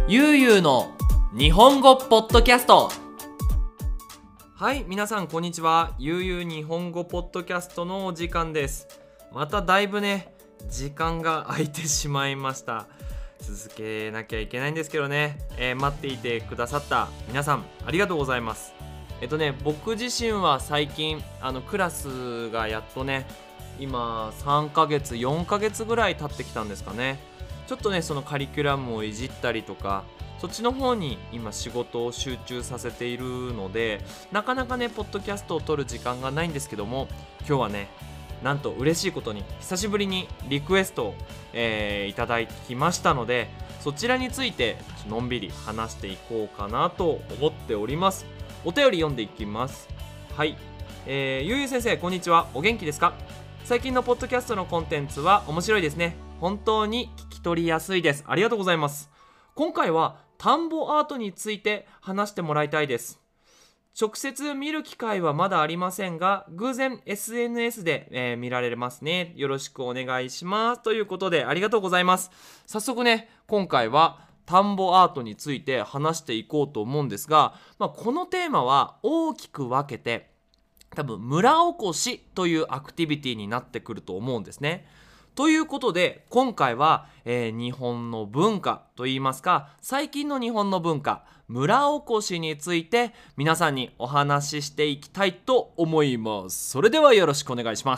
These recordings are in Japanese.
ゆうゆうの日本語ポッドキャスト。はい、皆さんこんにちは。ゆうゆう日本語ポッドキャストのお時間です。まただいぶね、時間が空いてしまいました。続けなきゃいけないんですけどね、待っていてくださった皆さんありがとうございます。僕自身は最近クラスがやっとね、今3ヶ月4ヶ月ぐらい経ってきたんですかね。ちょっとね、そのカリキュラムをいじったりとか、そっちの方に今仕事を集中させているので、なかなかねポッドキャストを撮る時間がないんですけども、今日はね、なんと嬉しいことに久しぶりにリクエストを、いただきましたので、そちらについてのんびり話していこうかなと思っております。お便り読んでいきます。はい、ゆうゆう先生、こんにちは。お元気ですか？最近のポッドキャストのコンテンツは面白いですね。本当に聞き取りやすいです。ありがとうございます。今回は田んぼアートについて話してもらいたいです。直接見る機会はまだありませんが、偶然 SNS で、見られますね。よろしくお願いします。ということで、ありがとうございます。早速ね、今回は田んぼアートについて話していこうと思うんですが、このテーマは大きく分けて、多分村おこしというアクティビティになってくると思うんですね。ということで今回は、日本の文化といいますか、最近の日本の文化、村おこしについて皆さんにお話ししていきたいと思います。それではよろしくお願いします。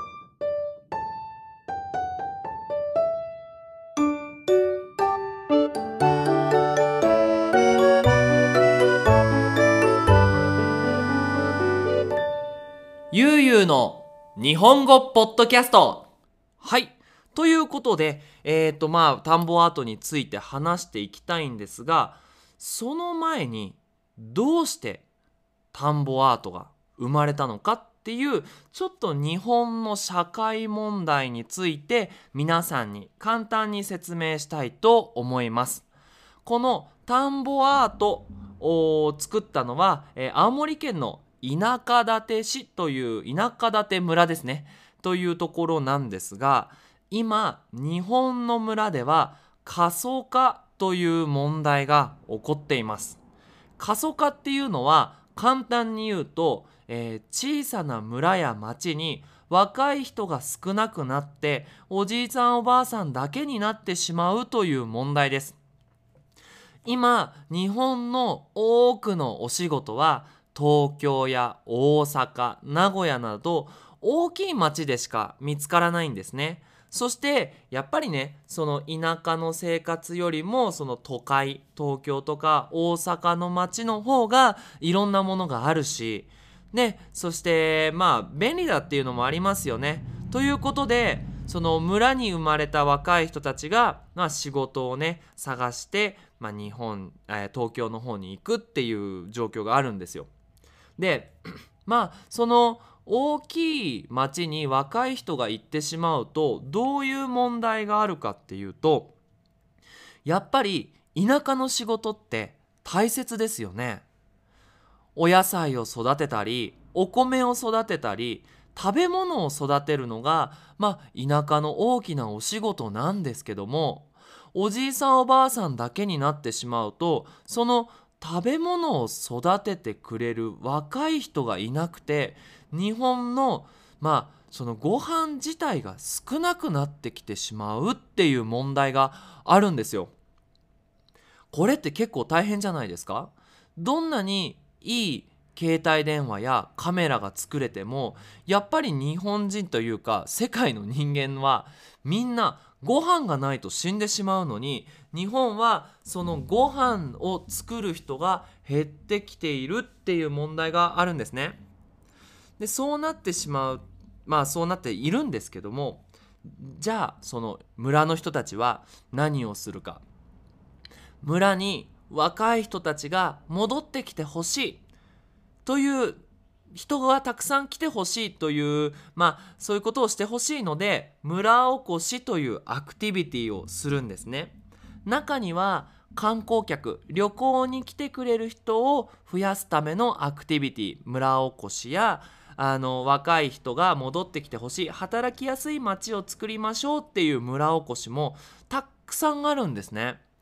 ゆうゆうの日本語ポッドキャスト。はい、ということで、田んぼアートについて話していきたいんですが、その前にどうして田んぼアートが生まれたのかっていう、ちょっと日本の社会問題について皆さんに簡単に説明したいと思います。この田んぼアートを作ったのは、青森県の田舎館市という田舎館村ですね、というところなんですが、今日本の村では過疎化という問題が起こっています。過疎化っていうのは簡単に言うと、小さな村や町に若い人が少なくなって、おじいさんおばあさんだけになってしまうという問題です。今日本の多くのお仕事は東京や大阪、名古屋など大きい町でしか見つからないんですね。そしてやっぱりね、その田舎の生活よりもその都会、東京とか大阪の町の方がいろんなものがあるし、ね、そして便利だっていうのもありますよね。ということで、その村に生まれた若い人たちが、仕事をね探して、東京の方に行くっていう状況があるんですよ。でその大きい町に若い人が行ってしまうと、どういう問題があるかっていうと、やっぱり田舎の仕事って大切ですよね。お野菜を育てたり、お米を育てたり、食べ物を育てるのが田舎の大きなお仕事なんですけども、おじいさんおばあさんだけになってしまうと、その食べ物を育ててくれる若い人がいなくて、日本のそのご飯自体が少なくなってきてしまうっていう問題があるんですよ。これって結構大変じゃないですか？どんなにいい携帯電話やカメラが作れても、やっぱり日本人というか世界の人間はみんなご飯がないと死んでしまうのに、日本はそのご飯を作る人が減ってきているっていう問題があるんですね。でそうなってしまう、そうなっているんですけども、じゃあその村の人たちは何をするか。村に若い人たちが戻ってきてほしいという、人がたくさん来てほしいという、そういうことをしてほしいので、村おこしというアクティビティをするんですね。中には観光客、旅行に来てくれる人を増やすためのアクティビティ、村おこしや、若い人が戻ってきてほしい、働きやすい街を作りましょうっていう村おこしもたくさんあるんですね。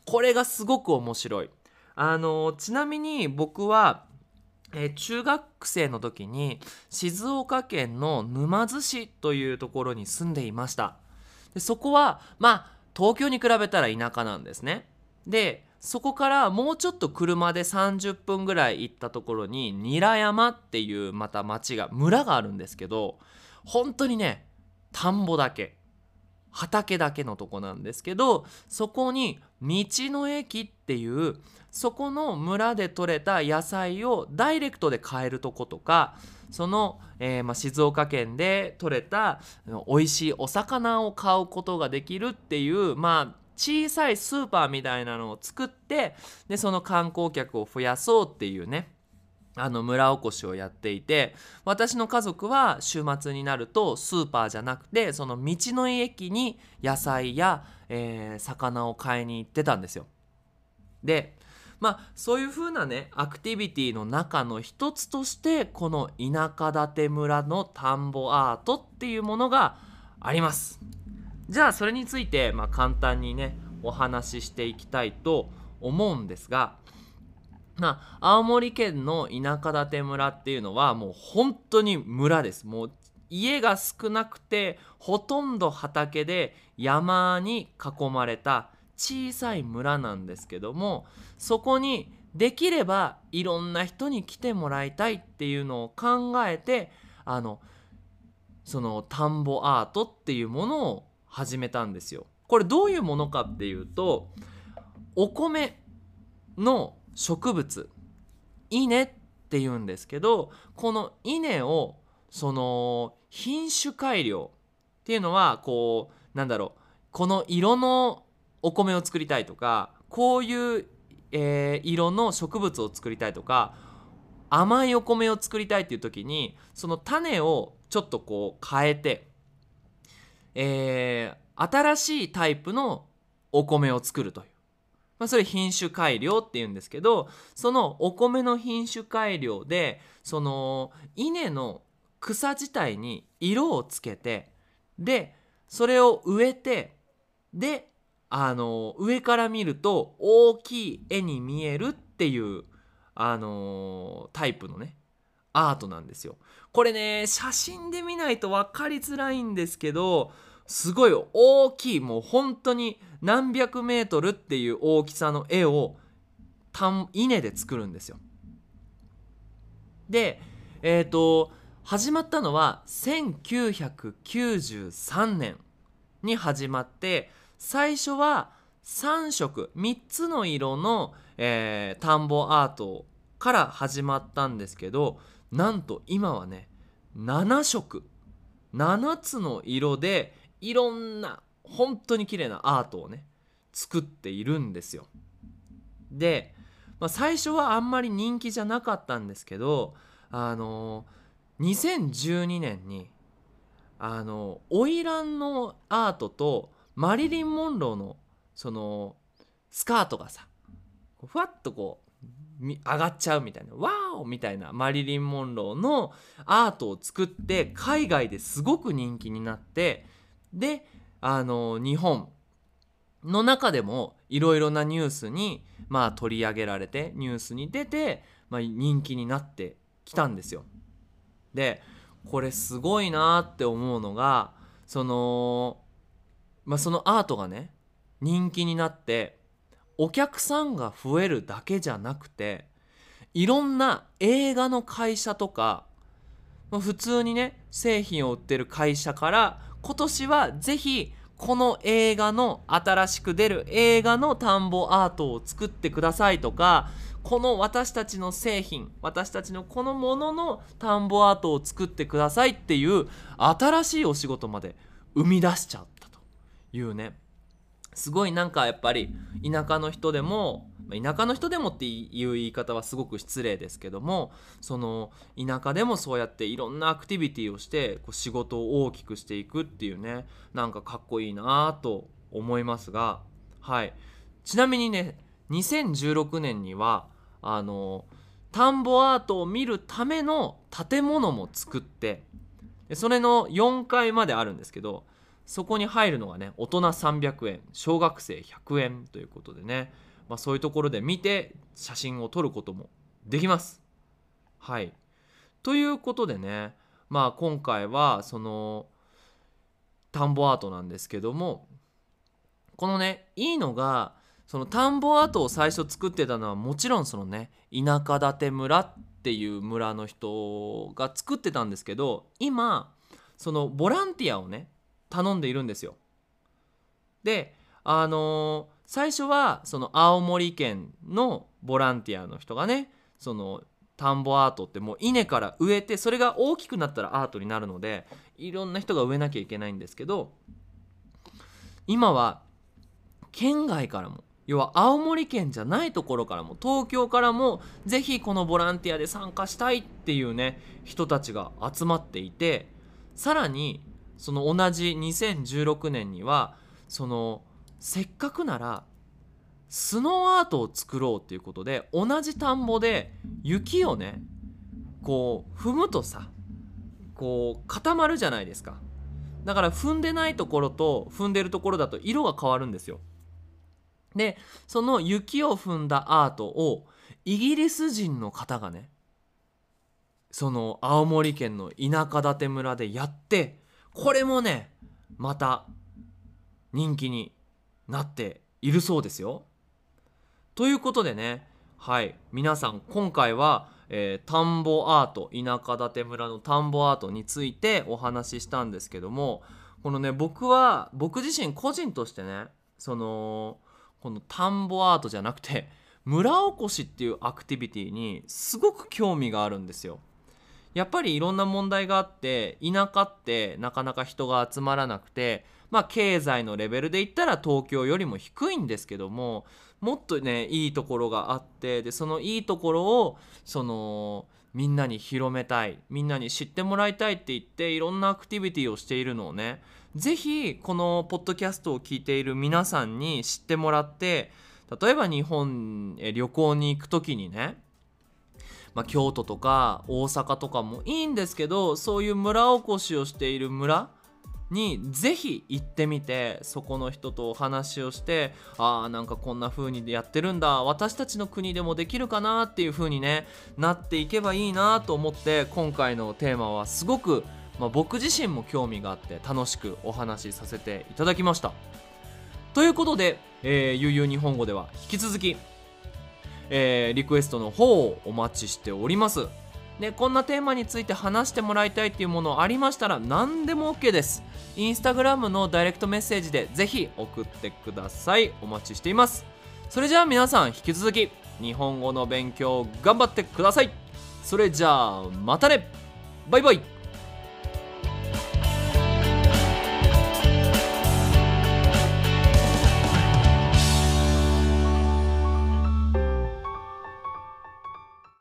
これがすごく面白い。ちなみに僕は、中学生の時に静岡県の沼津市というところに住んでいました。でそこは東京に比べたら田舎なんですね。でそこからもうちょっと車で30分ぐらい行ったところに韮山っていうまた村があるんですけど、本当にね、田んぼだけ畑だけのとこなんですけど、そこに道の駅っていうそこの村で採れた野菜をダイレクトで買えるとことか、その、静岡県で採れた美味しいお魚を買うことができるっていう、小さいスーパーみたいなのを作って、でその観光客を増やそうっていうね、村おこしをやっていて、私の家族は週末になるとスーパーじゃなくてその道の駅に野菜や、魚を買いに行ってたんですよ。でそういう風なねアクティビティの中の一つとして、この田舎館村の田んぼアートっていうものがあります。じゃあそれについて簡単にねお話ししていきたいと思うんですが、青森県の田舎館村っていうのはもう本当に村です。もう家が少なくてほとんど畑で山に囲まれた小さい村なんですけども、そこにできればいろんな人に来てもらいたいっていうのを考えて、その田んぼアートっていうものを始めたんですよ。これどういうものかっていうと、お米の植物、稲っていうんですけど、この稲をその品種改良っていうのはこの色のお米を作りたいとか、こういう、色の植物を作りたいとか、甘いお米を作りたいっていう時にその種をちょっと変えて、新しいタイプのお米を作るという、それ品種改良っていうんですけど、そのお米の品種改良でその稲の草自体に色をつけて、でそれを植えて、で上から見ると大きい絵に見えるっていうタイプのねアートなんですよ。これね、写真で見ないと分かりづらいんですけど、すごい大きい、もう本当に何百メートルっていう大きさの絵を稲で作るんですよ。で始まったのは1993年に始まって、最初は3色3つの色の、田んぼアートから始まったんですけど、なんと今はね7色7つの色でいろんな本当に綺麗なアートをね作っているんですよ。で、最初はあんまり人気じゃなかったんですけど、2012年に花魁のアートとマリリン・モンローのそのスカートがさ、ふわっと上がっちゃうみたいな、ワーオみたいなマリリン・モンローのアートを作って海外ですごく人気になって、で日本の中でもいろいろなニュースに取り上げられて、ニュースに出て、人気になってきたんですよ。でこれすごいなって思うのが、そのアートがね人気になってお客さんが増えるだけじゃなくて、いろんな映画の会社とか、普通にね製品を売ってる会社から、今年はぜひこの映画の新しく出る映画の田んぼアートを作ってくださいとか、この私たちの製品、私たちのこのものの田んぼアートを作ってくださいっていう新しいお仕事まで生み出しちゃったというね、すごいやっぱり田舎の人でもっていう言い方はすごく失礼ですけども、その田舎でもそうやっていろんなアクティビティをして仕事を大きくしていくっていうね、かっこいいなと思いますが、はい。ちなみにね、2016年には田んぼアートを見るための建物も作って、それの4階まであるんですけど、 そこに入るのがね大人300円小学生100円ということでね、そういうところで見て写真を撮ることもできます。はい、ということでね、今回はその田んぼアートなんですけども、このねいいのが、その田んぼアートを最初作ってたのはもちろんそのね田舎館村っていう村の人が作ってたんですけど、今そのボランティアをね頼んでいるんですよ。で最初はその青森県のボランティアの人がね、その田んぼアートってもう稲から植えて、それが大きくなったらアートになるのでいろんな人が植えなきゃいけないんですけど、今は県外からも、要は青森県じゃないところからも東京からもぜひこのボランティアで参加したいっていうね人たちが集まっていて、さらにその同じ2016年にはそのせっかくならスノーアートを作ろうっていうことで、同じ田んぼで雪をねこう踏むとさ、こう固まるじゃないですか。だから踏んでないところと踏んでるところだと色が変わるんですよ。でその雪を踏んだアートをイギリス人の方がね、その青森県の田舎館村でやって、これもねまた人気になっているそうですよ。ということでね、はい皆さん今回は、田んぼアート、田舎館村の田んぼアートについてお話ししたんですけども、このね僕自身個人としてね、この田んぼアートじゃなくて村おこしっていうアクティビティにすごく興味があるんですよ。やっぱりいろんな問題があって、田舎ってなかなか人が集まらなくて、経済のレベルで言ったら東京よりも低いんですけども、もっとねいいところがあって、でそのいいところをみんなに広めたい、みんなに知ってもらいたいって言っていろんなアクティビティをしているのをね、ぜひこのポッドキャストを聞いている皆さんに知ってもらって、例えば日本へ旅行に行く時にね、京都とか大阪とかもいいんですけど、そういう村おこしをしている村にぜひ行ってみて、そこの人とお話をして、なんかこんな風にやってるんだ、私たちの国でもできるかなっていう風にねなっていけばいいなと思って、今回のテーマはすごく、僕自身も興味があって楽しくお話しさせていただきました。ということで、ゆうゆう日本語では引き続きリクエストの方をお待ちしております。でこんなテーマについて話してもらいたいっていうものありましたら何でも OK です。インスタグラムのダイレクトメッセージでぜひ送ってください。お待ちしています。それじゃあ皆さん引き続き日本語の勉強頑張ってください。それじゃあまたね、バイバイ。